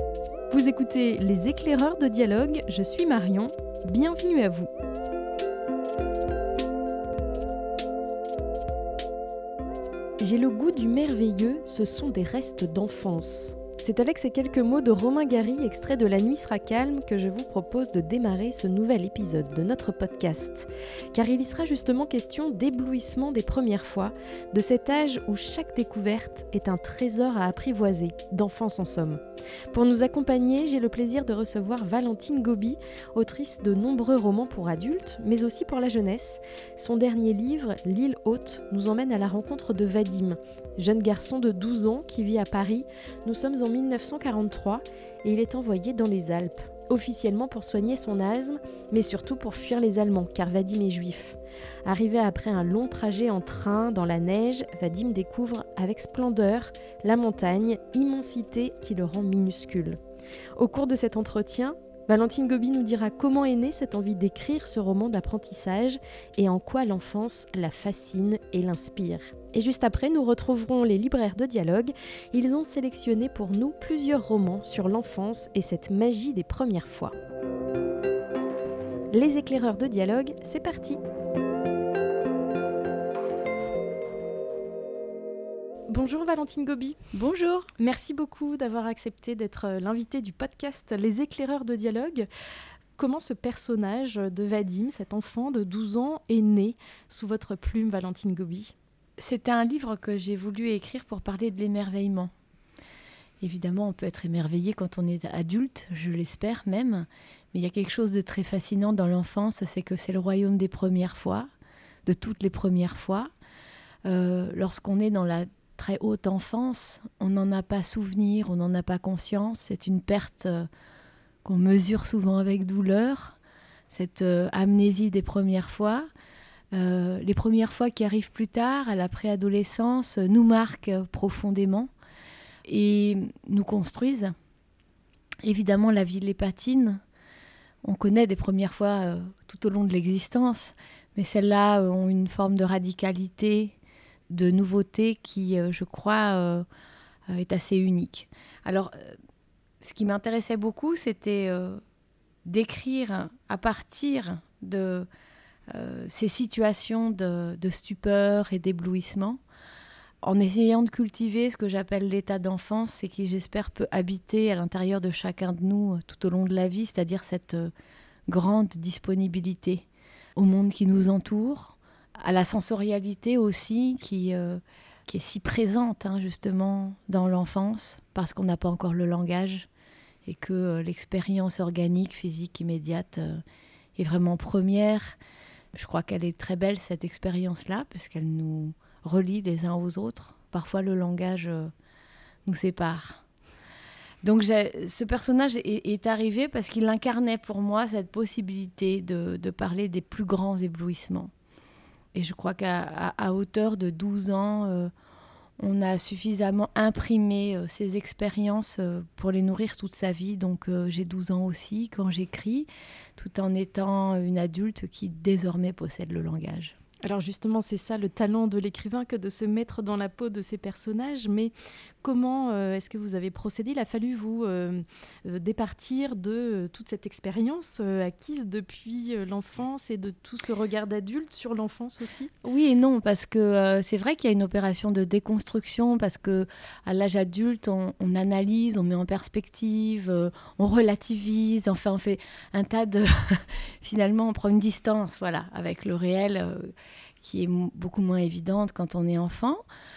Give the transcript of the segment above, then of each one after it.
Vous écoutez Les éclaireurs de dialogue, je suis Marion, bienvenue à vous. J'ai le goût du merveilleux, ce sont des restes d'enfance. C'est avec ces quelques mots de Romain Gary, extrait de La nuit sera calme, que je vous propose de démarrer ce nouvel épisode de notre podcast. Car il y sera justement question d'éblouissement des premières fois, de cet âge où chaque découverte est un trésor à apprivoiser, d'enfance en somme. Pour nous accompagner, j'ai le plaisir de recevoir Valentine Gobi, autrice de nombreux romans pour adultes, mais aussi pour la jeunesse. Son dernier livre, L'île haute, nous emmène à la rencontre de Vadim, jeune garçon de 12 ans qui vit à Paris. Nous sommes en 1943 et il est envoyé dans les Alpes, officiellement pour soigner son asthme, mais surtout pour fuir les Allemands, car Vadim est juif. Arrivé après un long trajet en train dans la neige, Vadim découvre avec splendeur la montagne, immensité qui le rend minuscule. Au cours de cet entretien, Valentine Gobi nous dira comment est née cette envie d'écrire ce roman d'apprentissage et en quoi l'enfance la fascine et l'inspire. Et juste après, nous retrouverons les libraires de dialogue. Ils ont sélectionné pour nous plusieurs romans sur l'enfance et cette magie des premières fois. Les éclaireurs de dialogue, c'est parti! Bonjour Valentine Gobi. Bonjour. Merci beaucoup d'avoir accepté d'être l'invitée du podcast Les éclaireurs de dialogue. Comment ce personnage de Vadim, cet enfant de 12 ans, est né sous votre plume, Valentine Gobi? C'était un livre que j'ai voulu écrire pour parler de l'émerveillement. Évidemment, on peut être émerveillé quand on est adulte, je l'espère même, mais il y a quelque chose de très fascinant dans l'enfance, c'est que c'est le royaume des premières fois, de toutes les premières fois. Lorsqu'on est dans la très haute enfance, on n'en a pas souvenir, on n'en a pas conscience. C'est une perte qu'on mesure souvent avec douleur, cette amnésie des premières fois. Les premières fois qui arrivent plus tard, à la préadolescence, nous marquent profondément et nous construisent. Évidemment, la vie les patine. On connaît des premières fois tout au long de l'existence, mais celles-là ont une forme de radicalité, de nouveauté qui, je crois, est assez unique. Alors, ce qui m'intéressait beaucoup, c'était d'écrire à partir de ces situations de stupeur et d'éblouissement, en essayant de cultiver ce que j'appelle l'état d'enfance et qui, j'espère, peut habiter à l'intérieur de chacun de nous tout au long de la vie, c'est-à-dire cette grande disponibilité au monde qui nous entoure, à la sensorialité aussi qui est si présente justement dans l'enfance parce qu'on n'a pas encore le langage et que l'expérience organique, physique, immédiate est vraiment première. Je crois qu'elle est très belle cette expérience-là puisqu'elle nous relie les uns aux autres. Parfois le langage nous sépare. Donc ce personnage est arrivé parce qu'il incarnait pour moi cette possibilité de parler des plus grands éblouissements. Et je crois qu'à hauteur de 12 ans, on a suffisamment imprimé ces expériences pour les nourrir toute sa vie. Donc j'ai 12 ans aussi quand j'écris, tout en étant une adulte qui désormais possède le langage. Alors justement, c'est ça le talent de l'écrivain, que de se mettre dans la peau de ces personnages. Mais comment est-ce que vous avez procédé? Il a fallu vous départir de toute cette expérience acquise depuis l'enfance et de tout ce regard d'adulte sur l'enfance aussi? Oui et non, parce que c'est vrai qu'il y a une opération de déconstruction, parce qu'à l'âge adulte, on analyse, on met en perspective, on relativise, enfin on fait un tas de... Finalement, on prend une distance avec le réel qui est beaucoup moins évidente quand on est enfant.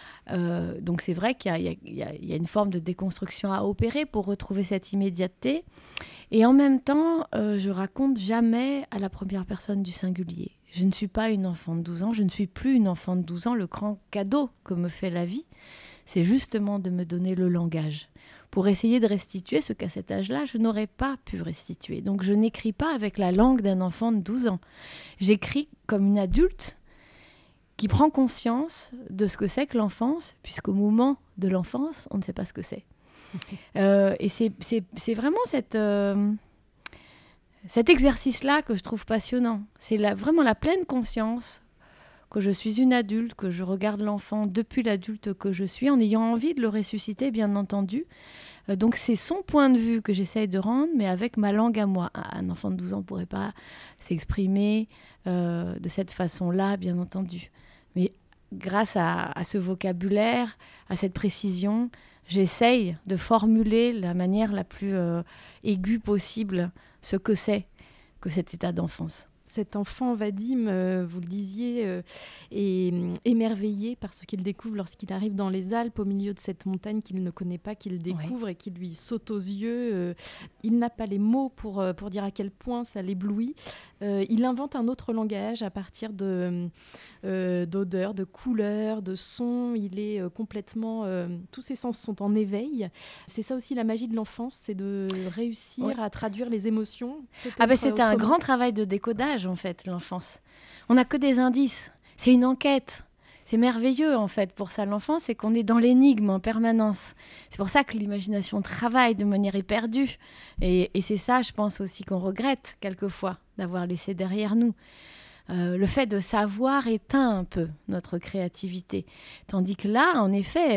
Donc c'est vrai qu'il y a une forme de déconstruction à opérer pour retrouver cette immédiateté. Et en même temps, je raconte jamais à la première personne du singulier. Je ne suis pas une enfant de 12 ans, je ne suis plus une enfant de 12 ans. Le grand cadeau que me fait la vie, c'est justement de me donner le langage pour essayer de restituer ce qu'à cet âge-là, je n'aurais pas pu restituer. Donc je n'écris pas avec la langue d'un enfant de 12 ans. J'écris comme une adulte qui prend conscience de ce que c'est que l'enfance, puisqu'au moment de l'enfance, on ne sait pas ce que c'est. Et c'est vraiment cet exercice-là que je trouve passionnant. C'est vraiment la pleine conscience que je suis une adulte, que je regarde l'enfant depuis l'adulte que je suis, en ayant envie de le ressusciter, bien entendu. Donc c'est son point de vue que j'essaye de rendre, mais avec ma langue à moi. Un enfant de 12 ans ne pourrait pas s'exprimer de cette façon-là, bien entendu. Mais grâce à ce vocabulaire, à cette précision, j'essaye de formuler de la manière la plus aiguë possible ce que c'est que cet état d'enfance. Cet enfant, Vadim, vous le disiez, est émerveillé par ce qu'il découvre lorsqu'il arrive dans les Alpes, au milieu de cette montagne qu'il ne connaît pas, qu'il découvre et qui lui saute aux yeux. Il n'a pas les mots pour dire à quel point ça l'éblouit. Il invente un autre langage à partir d'odeurs, de couleurs, de sons. Il est complètement... tous ses sens sont en éveil. C'est ça aussi la magie de l'enfance, c'est de réussir à traduire les émotions. C'est un grand travail de décodage, en fait, l'enfance. On n'a que des indices. C'est une enquête. C'est merveilleux, en fait, pour ça, l'enfance, c'est qu'on est dans l'énigme en permanence. C'est pour ça que l'imagination travaille de manière éperdue. Et c'est ça, je pense aussi, qu'on regrette, quelquefois, d'avoir laissé derrière nous. Le fait de savoir éteint un peu notre créativité. Tandis que là, en effet...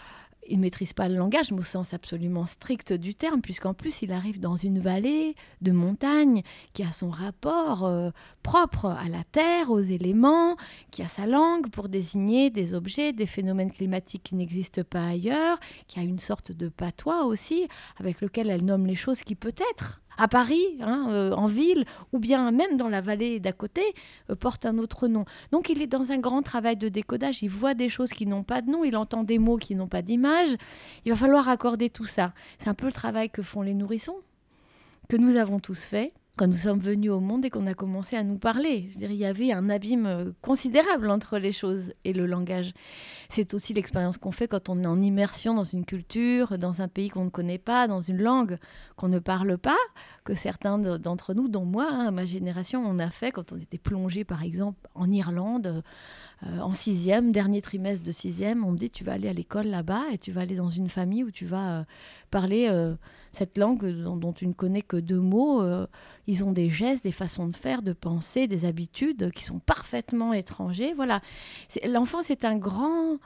il ne maîtrise pas le langage, mais au sens absolument strict du terme, puisqu'en plus, il arrive dans une vallée de montagne qui a son rapport propre à la terre, aux éléments, qui a sa langue pour désigner des objets, des phénomènes climatiques qui n'existent pas ailleurs, qui a une sorte de patois aussi, avec lequel elle nomme les choses qui peut-être... à Paris, en ville, ou bien même dans la vallée d'à côté, porte un autre nom. Donc il est dans un grand travail de décodage, il voit des choses qui n'ont pas de nom, il entend des mots qui n'ont pas d'image, il va falloir accorder tout ça. C'est un peu le travail que font les nourrissons, que nous avons tous fait, quand nous sommes venus au monde et qu'on a commencé à nous parler. Je veux dire, il y avait un abîme considérable entre les choses et le langage. C'est aussi l'expérience qu'on fait quand on est en immersion dans une culture, dans un pays qu'on ne connaît pas, dans une langue qu'on ne parle pas, que certains d'entre nous, dont moi, ma génération, on a fait quand on était plongé, par exemple, en Irlande, en 6e, dernier trimestre de 6e. On me dit, tu vas aller à l'école là-bas et tu vas aller dans une famille où tu vas parler cette langue dont tu ne connais que 2 mots. Ils ont des gestes, des façons de faire, de penser, des habitudes qui sont parfaitement étrangers. Voilà. L'enfance est un grand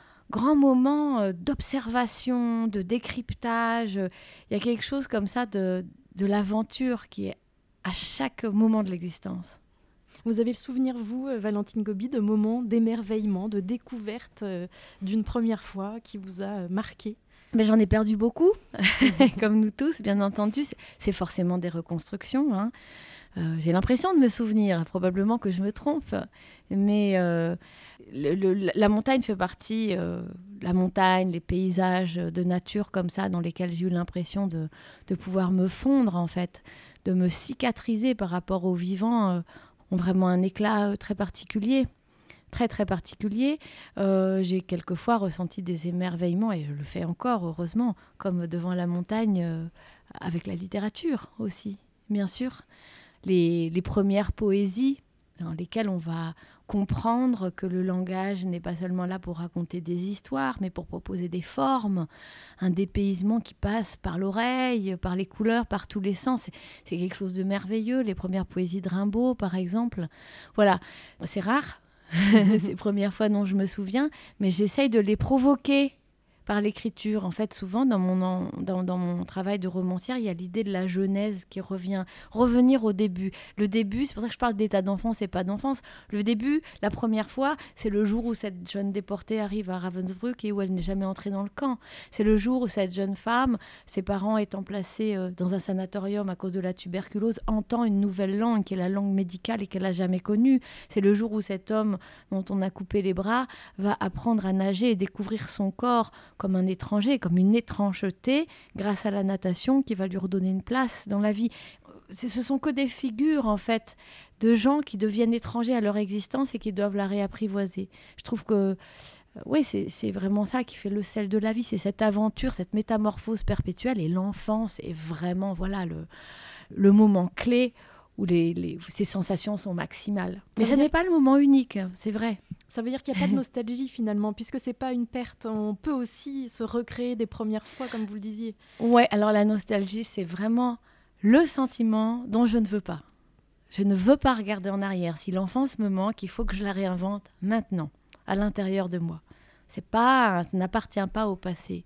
moment d'observation, de décryptage. Il y a quelque chose comme ça de l'aventure qui est à chaque moment de l'existence. Vous avez le souvenir, vous, Valentine Gobi, de moments d'émerveillement, de découverte d'une première fois qui vous a marqué ? Mais j'en ai perdu beaucoup, comme nous tous, bien entendu. C'est forcément des reconstructions. J'ai l'impression de me souvenir, probablement que je me trompe. Mais la montagne fait partie, la montagne, les paysages de nature comme ça, dans lesquels j'ai eu l'impression de pouvoir me fondre, en fait, de me cicatriser par rapport au vivant, ont vraiment un éclat très particulier. Très très particulier. J'ai quelquefois ressenti des émerveillements, et je le fais encore, heureusement, comme devant la montagne, avec la littérature aussi, bien sûr. Les premières poésies dans lesquelles on va comprendre que le langage n'est pas seulement là pour raconter des histoires, mais pour proposer des formes, un dépaysement qui passe par l'oreille, par les couleurs, par tous les sens. C'est quelque chose de merveilleux. Les premières poésies de Rimbaud, par exemple. Voilà, c'est rare. Ces premières fois dont je me souviens, mais j'essaye de les provoquer par l'écriture. En fait, souvent, dans mon travail de romancière, il y a l'idée de la genèse qui revient. Revenir au début. Le début, c'est pour ça que je parle d'état d'enfance et pas d'enfance. Le début, la première fois, c'est le jour où cette jeune déportée arrive à Ravensbrück et où elle n'est jamais entrée dans le camp. C'est le jour où cette jeune femme, ses parents étant placés dans un sanatorium à cause de la tuberculose, entend une nouvelle langue qui est la langue médicale et qu'elle n'a jamais connue. C'est le jour où cet homme dont on a coupé les bras va apprendre à nager et découvrir son corps comme un étranger, comme une étrangeté, grâce à la natation qui va lui redonner une place dans la vie. Ce sont que des figures, en fait, de gens qui deviennent étrangers à leur existence et qui doivent la réapprivoiser. Je trouve que, oui, c'est vraiment ça qui fait le sel de la vie, c'est cette aventure, cette métamorphose perpétuelle, et l'enfance est vraiment, voilà, le moment clé où ces sensations sont maximales. Mais ce n'est pas le moment unique, c'est vrai. Ça veut dire qu'il n'y a pas de nostalgie finalement, puisque ce n'est pas une perte. On peut aussi se recréer des premières fois, comme vous le disiez. Ouais, alors la nostalgie, c'est vraiment le sentiment dont je ne veux pas. Je ne veux pas regarder en arrière. Si l'enfance me manque, il faut que je la réinvente maintenant, à l'intérieur de moi. Ça n'appartient pas au passé.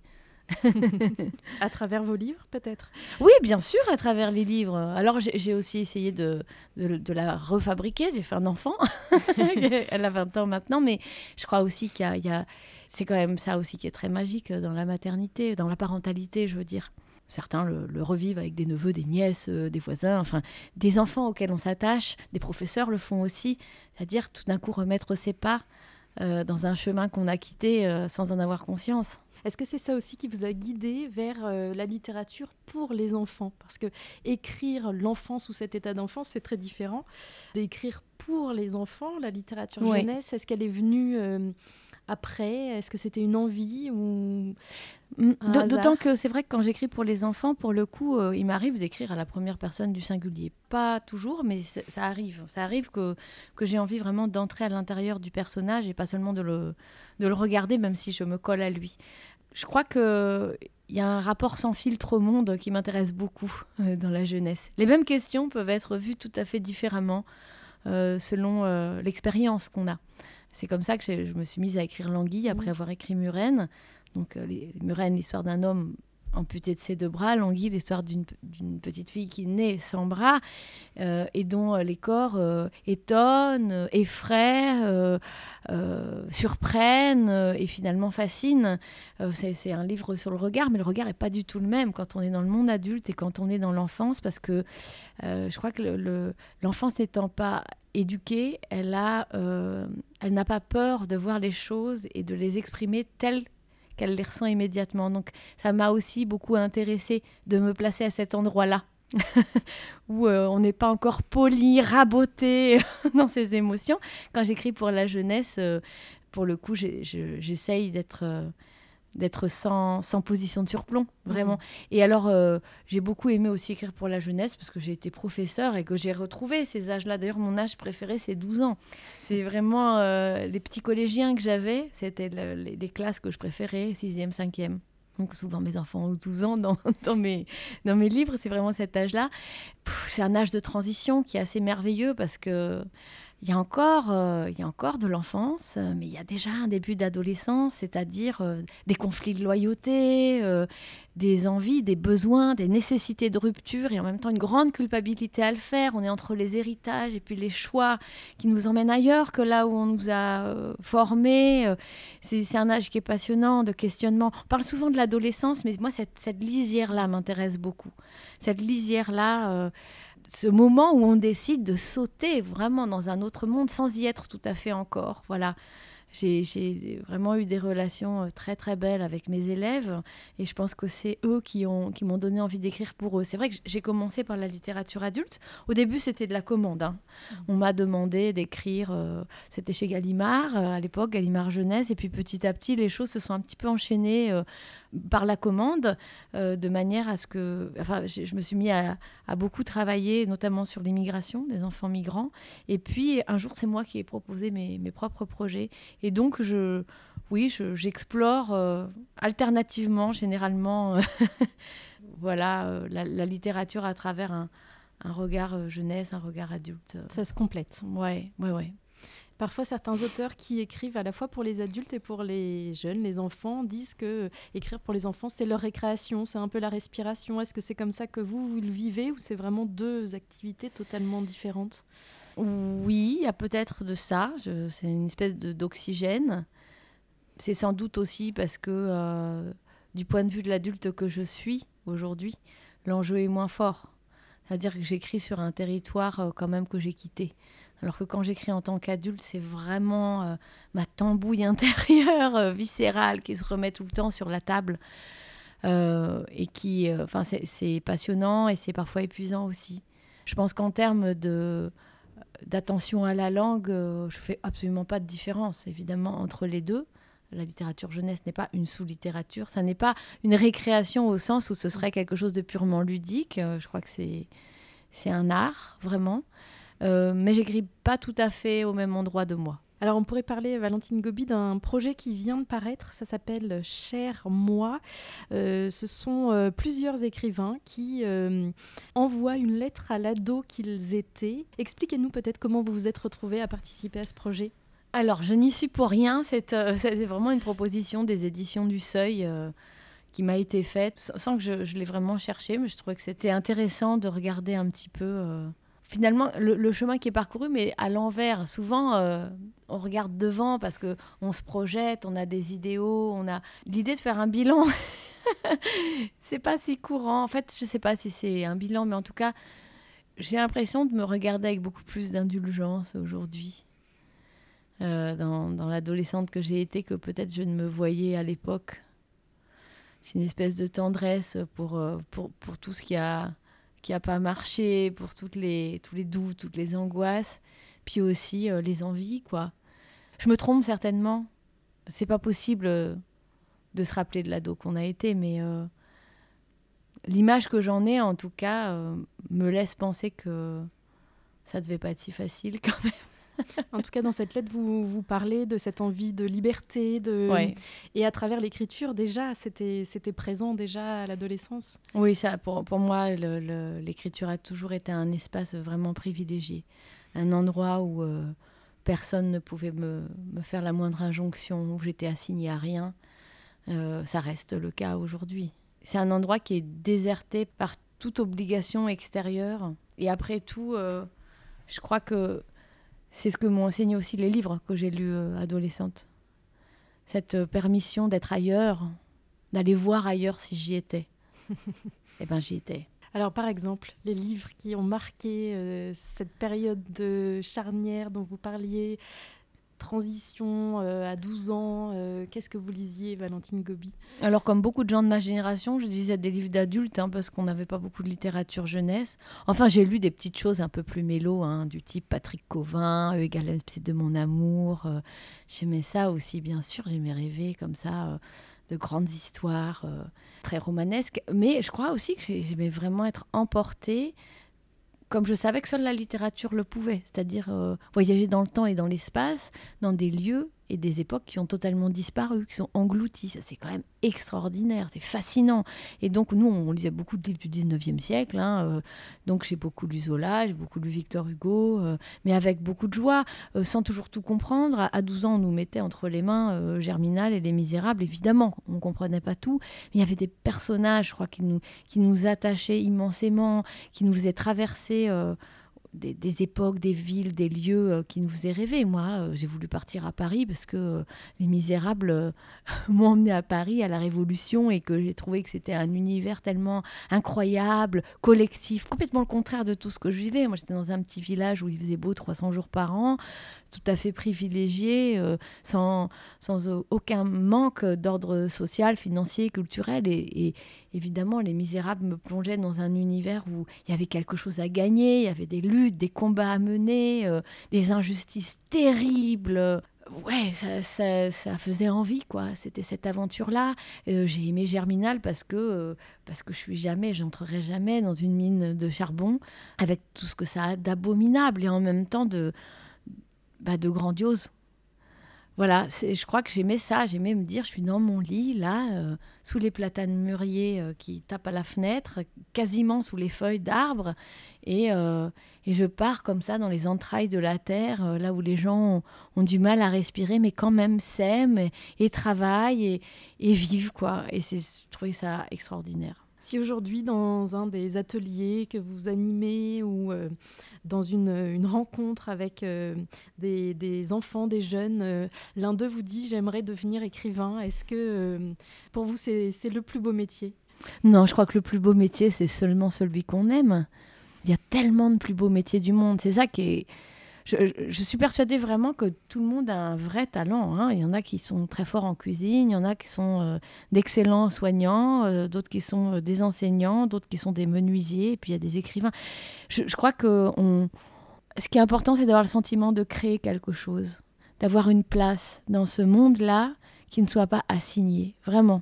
À travers vos livres, peut-être? Oui, bien sûr, à travers les livres. Alors, j'ai aussi essayé de la refabriquer. J'ai fait un enfant. Elle a 20 ans maintenant, mais je crois aussi c'est quand même ça aussi qui est très magique dans la maternité, dans la parentalité, je veux dire. Certains le revivent avec des neveux, des nièces, des voisins, enfin, des enfants auxquels on s'attache. Des professeurs le font aussi. C'est-à-dire, tout d'un coup, remettre ses pas dans un chemin qu'on a quitté sans en avoir conscience. Est-ce que c'est ça aussi qui vous a guidé vers la littérature pour les enfants? Parce que écrire l'enfance ou cet état d'enfance, c'est très différent d'écrire pour les enfants, la littérature jeunesse. Est-ce qu'elle est venue après? Est-ce que c'était une envie ou D'autant que c'est vrai que quand j'écris pour les enfants, pour le coup, il m'arrive d'écrire à la première personne du singulier. Pas toujours, mais ça arrive. Ça arrive que j'ai envie vraiment d'entrer à l'intérieur du personnage et pas seulement de le regarder, même si je me colle à lui. Je crois qu'il y a un rapport sans filtre au monde qui m'intéresse beaucoup dans la jeunesse. Les mêmes questions peuvent être vues tout à fait différemment selon l'expérience qu'on a. C'est comme ça que je me suis mise à écrire L'Anguille après avoir écrit Murène. Donc Murène, l'histoire d'un homme amputé de ses 2 bras. L'Anguille, l'histoire d'une petite fille qui naît sans bras et dont les corps étonnent, effraient, surprennent et finalement fascinent. C'est un livre sur le regard, mais le regard n'est pas du tout le même quand on est dans le monde adulte et quand on est dans l'enfance, parce que je crois que l'enfance n'étant pas éduquée, elle n'a pas peur de voir les choses et de les exprimer telles qu'elle les ressent immédiatement. Donc ça m'a aussi beaucoup intéressée de me placer à cet endroit-là où on n'est pas encore poli, raboté dans ses émotions. Quand j'écris pour la jeunesse, pour le coup, j'essaye d'être sans position de surplomb, vraiment. Et alors, j'ai beaucoup aimé aussi écrire pour la jeunesse parce que j'ai été professeure et que j'ai retrouvé ces âges-là. D'ailleurs, mon âge préféré, c'est 12 ans. C'est vraiment les petits collégiens que j'avais. C'était les classes que je préférais, 6e, 5e. Donc souvent, mes enfants ont 12 ans dans mes livres. C'est vraiment cet âge-là. C'est un âge de transition qui est assez merveilleux parce que il y a encore de l'enfance, mais il y a déjà un début d'adolescence, c'est-à-dire des conflits de loyauté, des envies, des besoins, des nécessités de rupture et en même temps une grande culpabilité à le faire. On est entre les héritages et puis les choix qui nous emmènent ailleurs que là où on nous a formés. C'est un âge qui est passionnant, de questionnement. On parle souvent de l'adolescence, mais moi, cette lisière-là m'intéresse beaucoup. Cette lisière-là... ce moment où on décide de sauter vraiment dans un autre monde sans y être tout à fait encore. Voilà. J'ai vraiment eu des relations très très belles avec mes élèves et je pense que c'est eux qui m'ont donné envie d'écrire pour eux. C'est vrai que j'ai commencé par la littérature adulte. Au début, c'était de la commande. Hein. On m'a demandé d'écrire, c'était chez Gallimard, à l'époque, Gallimard Jeunesse, et puis petit à petit, les choses se sont un petit peu enchaînées par la commande, de manière à ce que... Enfin, je me suis mis à beaucoup travailler, notamment sur l'immigration des enfants migrants. Et puis, un jour, c'est moi qui ai proposé mes propres projets. Et donc, j'explore alternativement, généralement, la littérature à travers un regard jeunesse, un regard adulte. Ça se complète. Ouais. Parfois, certains auteurs qui écrivent à la fois pour les adultes et pour les jeunes, les enfants, disent que écrire pour les enfants, c'est leur récréation, c'est un peu la respiration. Est-ce que c'est comme ça que vous le vivez ou c'est vraiment 2 activités totalement différentes ? Oui, il y a peut-être de ça. C'est une espèce d'oxygène. C'est sans doute aussi parce que du point de vue de l'adulte que je suis aujourd'hui, l'enjeu est moins fort. C'est-à-dire que j'écris sur un territoire quand même que j'ai quitté. Alors que quand j'écris en tant qu'adulte, c'est vraiment ma tambouille intérieure, viscérale, qui se remet tout le temps sur la table. Et qui, c'est passionnant et c'est parfois épuisant aussi. Je pense qu'en termes d'attention à la langue, je fais absolument pas de différence, évidemment, entre les deux. La littérature jeunesse n'est pas une sous-littérature. Ça n'est pas une récréation au sens où ce serait quelque chose de purement ludique. Je crois que c'est un art, vraiment. Mais j'écris pas tout à fait au même endroit de moi. Alors on pourrait parler, Valentine Gobi, d'un projet qui vient de paraître, ça s'appelle Cher Moi. Ce sont plusieurs écrivains qui envoient une lettre à l'ado qu'ils étaient. Expliquez-nous peut-être comment vous vous êtes retrouvés à participer à ce projet. Alors, je n'y suis pour rien. C'est vraiment une proposition des éditions du Seuil qui m'a été faite, sans que je l'ai vraiment cherché, mais je trouvais que c'était intéressant de regarder un petit peu... Finalement, le chemin qui est parcouru, mais à l'envers. Souvent, on regarde devant parce qu'on se projette, on a des idéaux, on a l'idée de faire un bilan. C'est pas si courant. En fait, je sais pas si c'est un bilan, mais en tout cas, j'ai l'impression de me regarder avec beaucoup plus d'indulgence aujourd'hui. Dans l'adolescente que j'ai été, que peut-être je ne me voyais à l'époque. J'ai une espèce de tendresse pour tout ce qui a pas marché, pour tous les doutes, toutes les angoisses, puis aussi les envies, quoi. Je me trompe certainement. C'est pas possible de se rappeler de l'ado qu'on a été, mais l'image que j'en ai, en tout cas, me laisse penser que ça devait pas être si facile quand même. En tout cas, dans cette lettre, vous parlez de cette envie de liberté, Ouais. Et à travers l'écriture, déjà, c'était présent déjà à l'adolescence. Oui, ça, pour moi, l'écriture a toujours été un espace vraiment privilégié. Un endroit où personne ne pouvait me faire la moindre injonction, où j'étais assignée à rien. Ça reste le cas aujourd'hui. C'est un endroit qui est déserté par toute obligation extérieure. Et après tout, je crois que c'est ce que m'ont enseigné aussi les livres que j'ai lus adolescente. Cette permission d'être ailleurs, d'aller voir ailleurs si j'y étais. Eh bien, j'y étais. Alors, par exemple, les livres qui ont marqué cette période de charnière dont vous parliez, transition à 12 ans, qu'est-ce que vous lisiez, Valentine Gobi ? Alors, comme beaucoup de gens de ma génération, je lisais des livres d'adultes parce qu'on n'avait pas beaucoup de littérature jeunesse. Enfin, j'ai lu des petites choses un peu plus mélo, du type Patrick Cauvin, E égale MC de mon amour. J'aimais ça aussi, bien sûr. J'aimais rêver comme ça de grandes histoires très romanesques. Mais je crois aussi que j'aimais vraiment être emportée, comme je savais que seule la littérature le pouvait, c'est-à-dire voyager dans le temps et dans l'espace, dans des lieux et des époques qui ont totalement disparu, qui sont engloutis. Ça, c'est quand même extraordinaire, c'est fascinant. Et donc, nous, on lisait beaucoup de livres du 19e siècle. Donc, j'ai beaucoup lu Zola, j'ai beaucoup lu Victor Hugo, mais avec beaucoup de joie, sans toujours tout comprendre. À 12 ans, on nous mettait entre les mains Germinal et Les Misérables. Évidemment, on ne comprenait pas tout, mais il y avait des personnages, je crois, qui nous attachaient immensément, qui nous faisaient traverser des époques, des villes, des lieux qui nous faisaient rêver. Moi, j'ai voulu partir à Paris parce que Les Misérables m'ont emmené à Paris à la Révolution et que j'ai trouvé que c'était un univers tellement incroyable, collectif, complètement le contraire de tout ce que je vivais. Moi, j'étais dans un petit village où il faisait beau 300 jours par an, tout à fait privilégié, sans aucun manque d'ordre social, financier, culturel. Et évidemment, Les Misérables me plongeaient dans un univers où il y avait quelque chose à gagner, il y avait des luttes, des combats à mener, des injustices terribles. Ouais, ça faisait envie, quoi. C'était cette aventure-là. J'ai aimé Germinal parce que j'entrerai jamais dans une mine de charbon avec tout ce que ça a d'abominable et en même temps de grandiose. Voilà, je crois que j'aimais ça. J'aimais me dire, je suis dans mon lit, là, sous les platanes mûriers qui tapent à la fenêtre, quasiment sous les feuilles d'arbres. Et je pars comme ça dans les entrailles de la terre, là où les gens ont du mal à respirer, mais quand même s'aiment et travaillent et vivent, quoi. Et je trouvais ça extraordinaire. Si aujourd'hui, dans un des ateliers que vous animez ou dans une rencontre avec des enfants, des jeunes, l'un d'eux vous dit « j'aimerais devenir écrivain », est-ce que pour vous, c'est le plus beau métier ? Non, je crois que le plus beau métier, c'est seulement celui qu'on aime. Il y a tellement de plus beaux métiers du monde. C'est ça qui est... Je suis persuadée vraiment que tout le monde a un vrai talent. Il y en a qui sont très forts en cuisine, il y en a qui sont d'excellents soignants, d'autres qui sont des enseignants, d'autres qui sont des menuisiers, et puis il y a des écrivains. Je crois que ce qui est important, c'est d'avoir le sentiment de créer quelque chose, d'avoir une place dans ce monde-là qui ne soit pas assigné, vraiment.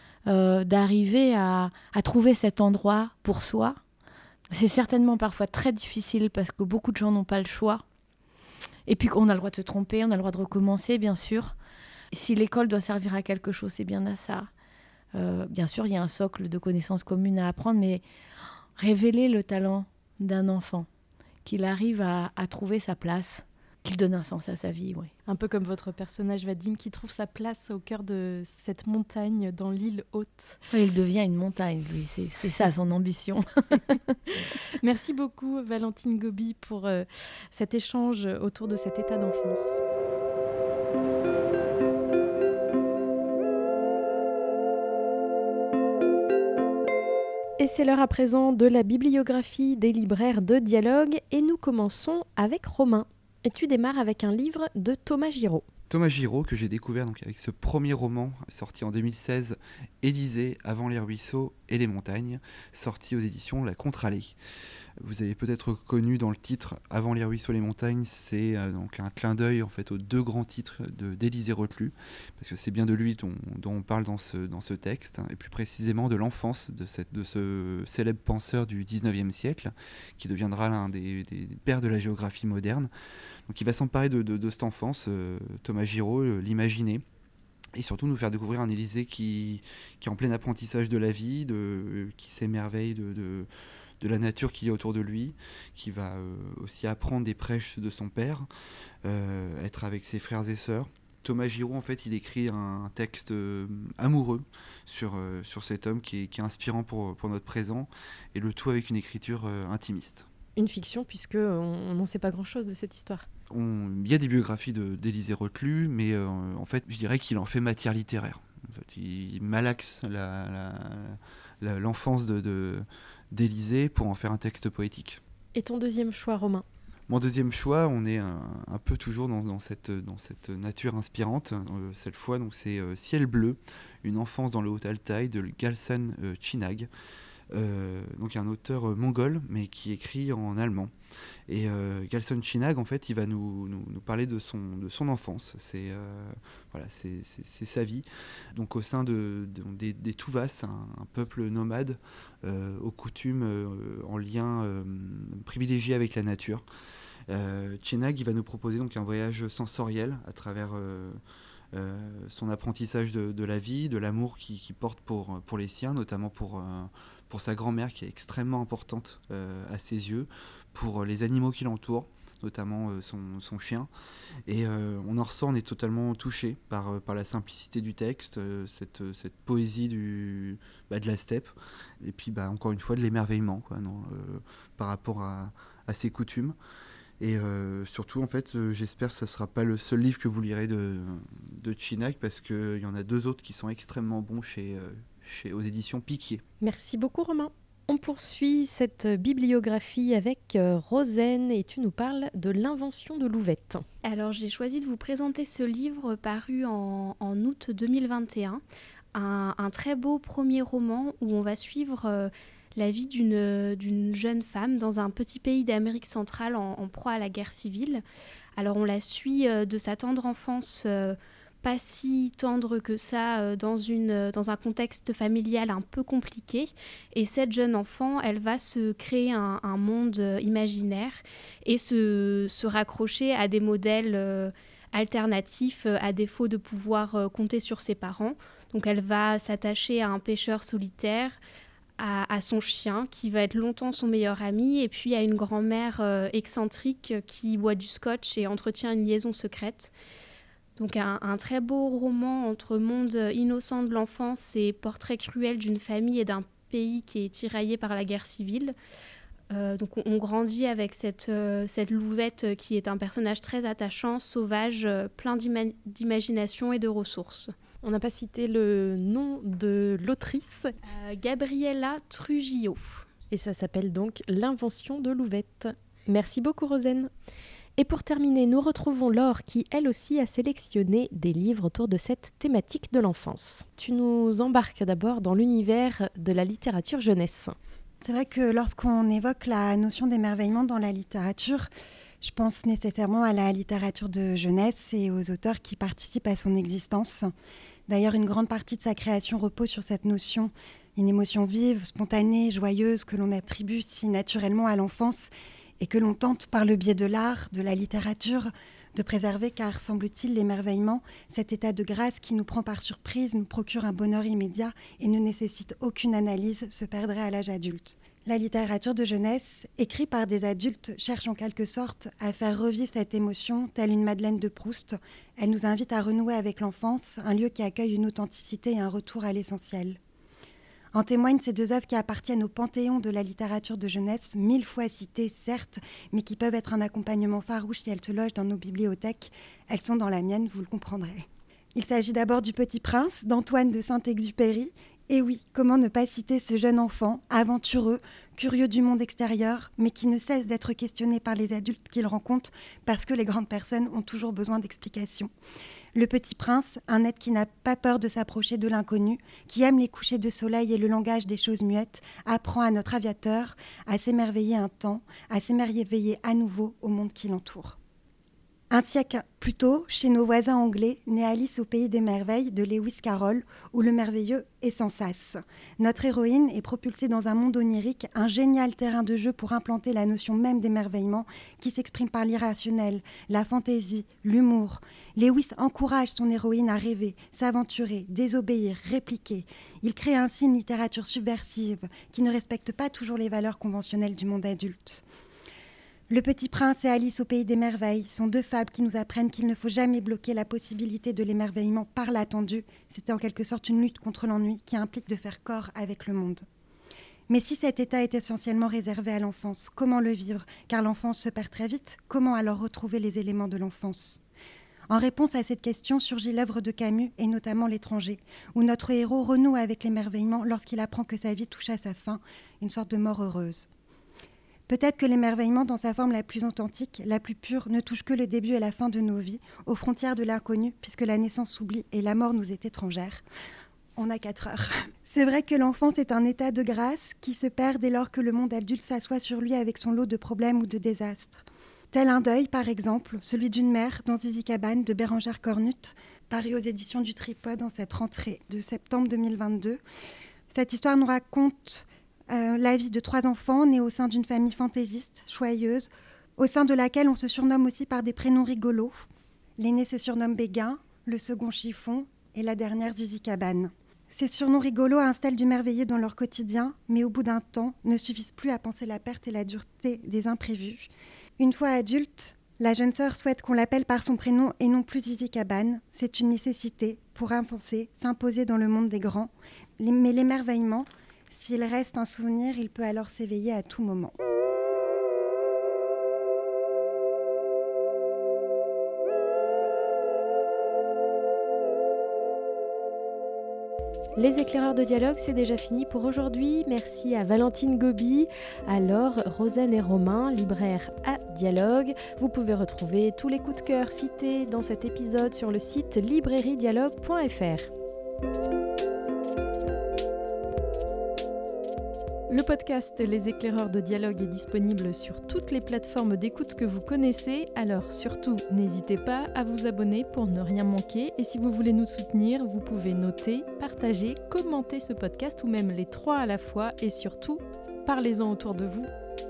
D'arriver à trouver cet endroit pour soi. C'est certainement parfois très difficile parce que beaucoup de gens n'ont pas le choix. Et puis on a le droit de se tromper, on a le droit de recommencer, bien sûr. Si l'école doit servir à quelque chose, c'est bien à ça. Bien sûr, il y a un socle de connaissances communes à apprendre, mais révéler le talent d'un enfant, qu'il arrive à trouver sa place, qu'il donne un sens à sa vie, oui. Un peu comme votre personnage Vadim qui trouve sa place au cœur de cette montagne dans l'île haute. Oui, il devient une montagne, lui. C'est ça son ambition. Merci beaucoup Valentine Gobi pour cet échange autour de cet état d'enfance. Et c'est l'heure à présent de la bibliographie des libraires de dialogue et nous commençons avec Romain. Et tu démarres avec un livre de Thomas Giraud. Thomas Giraud, que j'ai découvert donc avec ce premier roman sorti en 2016, Élysée, avant les ruisseaux et les montagnes, sorti aux éditions La Contre-Allée. Vous avez peut-être reconnu dans le titre Avant les ruisseaux et les montagnes, c'est donc un clin d'œil en fait aux deux grands titres d'Élysée Reclus, parce que c'est bien de lui dont on parle dans ce texte, et plus précisément de l'enfance de ce célèbre penseur du 19e siècle, qui deviendra l'un des pères de la géographie moderne. Donc il va s'emparer de cette enfance, Thomas Giraud, l'imaginer, et surtout nous faire découvrir un Élysée qui est en plein apprentissage de la vie, qui s'émerveille de la nature qui est autour de lui, qui va aussi apprendre des prêches de son père, être avec ses frères et sœurs. Thomas Giraud, en fait, il écrit un texte amoureux sur cet homme qui est inspirant pour notre présent, et le tout avec une écriture intimiste. Une fiction, puisqu'on n'en sait pas grand-chose de cette histoire. Il y a des biographies d'Élysée Reclus, mais en fait, je dirais qu'il en fait matière littéraire. En fait, il malaxe l'enfance d'Élysée pour en faire un texte poétique. Et ton deuxième choix, Romain ? Mon deuxième choix, on est un peu toujours dans cette nature inspirante. Cette fois, donc, c'est Ciel bleu, une enfance dans le Haut-Altaï de Galsan Chinag. Donc un auteur mongol, mais qui écrit en allemand. Et Galsan Chinag, en fait, il va nous parler de son enfance. C'est sa vie. Donc au sein des Tuvas, un peuple nomade, aux coutumes en lien privilégié avec la nature. Chinag, il va nous proposer donc un voyage sensoriel à travers son apprentissage de la vie, de l'amour qu'il porte pour les siens, notamment pour sa grand-mère qui est extrêmement importante à ses yeux, pour les animaux qui l'entourent, notamment son chien. Et on en ressort, on est totalement touché par la simplicité du texte, cette poésie de la steppe, et puis encore une fois de l'émerveillement par rapport à ses coutumes. Et surtout, en fait, j'espère que ça ne sera pas le seul livre que vous lirez de Chinag, parce qu'il y en a deux autres qui sont extrêmement bons aux éditions Piquier. Merci beaucoup, Romain. On poursuit cette bibliographie avec Rosen et tu nous parles de l'invention de Louvette. Alors, j'ai choisi de vous présenter ce livre paru en août 2021. Un très beau premier roman où on va suivre la vie d'une jeune femme dans un petit pays d'Amérique centrale en proie à la guerre civile. Alors on la suit de sa tendre enfance, pas si tendre que ça, dans un contexte familial un peu compliqué. Et cette jeune enfant, elle va se créer un monde imaginaire et se raccrocher à des modèles alternatifs à défaut de pouvoir compter sur ses parents. Donc elle va s'attacher à un pêcheur solitaire, à son chien qui va être longtemps son meilleur ami, et puis à une grand-mère excentrique qui boit du scotch et entretient une liaison secrète. Donc un très beau roman entre monde innocent de l'enfance et portrait cruel d'une famille et d'un pays qui est tiraillé par la guerre civile. Donc on grandit avec cette Louvette qui est un personnage très attachant, sauvage, plein d'imagination et de ressources. On n'a pas cité le nom de l'autrice. Gabriela Trujillo. Et ça s'appelle donc L'invention de Louvette. Merci beaucoup, Rosen. Et pour terminer, nous retrouvons Laure qui, elle aussi, a sélectionné des livres autour de cette thématique de l'enfance. Tu nous embarques d'abord dans l'univers de la littérature jeunesse. C'est vrai que lorsqu'on évoque la notion d'émerveillement dans la littérature, je pense nécessairement à la littérature de jeunesse et aux auteurs qui participent à son existence. D'ailleurs, une grande partie de sa création repose sur cette notion, une émotion vive, spontanée, joyeuse que l'on attribue si naturellement à l'enfance et que l'on tente par le biais de l'art, de la littérature, de préserver, car semble-t-il, l'émerveillement, cet état de grâce qui nous prend par surprise, nous procure un bonheur immédiat et ne nécessite aucune analyse, se perdrait à l'âge adulte. La littérature de jeunesse, écrite par des adultes, cherche en quelque sorte à faire revivre cette émotion, telle une Madeleine de Proust. Elle nous invite à renouer avec l'enfance, un lieu qui accueille une authenticité et un retour à l'essentiel. En témoignent ces deux œuvres qui appartiennent au panthéon de la littérature de jeunesse, 1000 fois citées certes, mais qui peuvent être un accompagnement farouche si elles se logent dans nos bibliothèques. Elles sont dans la mienne, vous le comprendrez. Il s'agit d'abord du Petit Prince, d'Antoine de Saint-Exupéry. Et oui, comment ne pas citer ce jeune enfant, aventureux, curieux du monde extérieur, mais qui ne cesse d'être questionné par les adultes qu'il rencontre parce que les grandes personnes ont toujours besoin d'explications. Le Petit Prince, un être qui n'a pas peur de s'approcher de l'inconnu, qui aime les couchers de soleil et le langage des choses muettes, apprend à notre aviateur à s'émerveiller un temps, à s'émerveiller à nouveau au monde qui l'entoure. Un siècle plus tôt, chez nos voisins anglais, naît Alice au pays des merveilles de Lewis Carroll, où le merveilleux est sans sas. Notre héroïne est propulsée dans un monde onirique, un génial terrain de jeu pour implanter la notion même d'émerveillement qui s'exprime par l'irrationnel, la fantaisie, l'humour. Lewis encourage son héroïne à rêver, s'aventurer, désobéir, répliquer. Il crée ainsi une littérature subversive qui ne respecte pas toujours les valeurs conventionnelles du monde adulte. Le Petit Prince et Alice au pays des merveilles sont deux fables qui nous apprennent qu'il ne faut jamais bloquer la possibilité de l'émerveillement par l'attendu. C'est en quelque sorte une lutte contre l'ennui qui implique de faire corps avec le monde. Mais si cet état est essentiellement réservé à l'enfance, comment le vivre ? Car l'enfance se perd très vite. Comment alors retrouver les éléments de l'enfance ? En réponse à cette question surgit l'œuvre de Camus, et notamment L'Étranger, où notre héros renoue avec l'émerveillement lorsqu'il apprend que sa vie touche à sa fin, une sorte de mort heureuse. Peut-être que l'émerveillement, dans sa forme la plus authentique, la plus pure, ne touche que le début et la fin de nos vies, aux frontières de l'inconnu, puisque la naissance s'oublie et la mort nous est étrangère. On a 4 heures. C'est vrai que l'enfance est un état de grâce qui se perd dès lors que le monde adulte s'assoit sur lui avec son lot de problèmes ou de désastres. Tel un deuil, par exemple, celui d'une mère dans Zizi Cabane de Bérengère Cornut, paru aux éditions du Tripode en cette rentrée de septembre 2022. Cette histoire nous raconte la vie de 3 enfants nés au sein d'une famille fantaisiste, joyeuse, au sein de laquelle on se surnomme aussi par des prénoms rigolos. L'aîné se surnomme Béguin, le second Chiffon et la dernière Zizi Cabane. Ces surnoms rigolos installent du merveilleux dans leur quotidien, mais au bout d'un temps, ne suffisent plus à penser la perte et la dureté des imprévus. Une fois adulte, la jeune sœur souhaite qu'on l'appelle par son prénom et non plus Zizi Cabane. C'est une nécessité pour avancer, s'imposer dans le monde des grands. Mais l'émerveillement, s'il reste un souvenir, il peut alors s'éveiller à tout moment. Les éclaireurs de dialogue, c'est déjà fini pour aujourd'hui. Merci à Valentine Gobi, à Laure, Rosanne et Romain, libraires à Dialogue. Vous pouvez retrouver tous les coups de cœur cités dans cet épisode sur le site librairiedialogue.fr. Le podcast Les éclaireurs de dialogue est disponible sur toutes les plateformes d'écoute que vous connaissez, alors surtout n'hésitez pas à vous abonner pour ne rien manquer, et si vous voulez nous soutenir, vous pouvez noter, partager, commenter ce podcast ou même les 3 à la fois, et surtout, parlez-en autour de vous.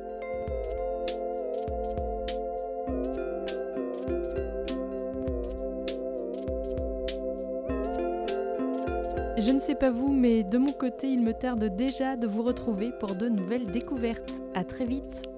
Je ne sais pas vous, mais de mon côté, il me tarde déjà de vous retrouver pour de nouvelles découvertes. À très vite!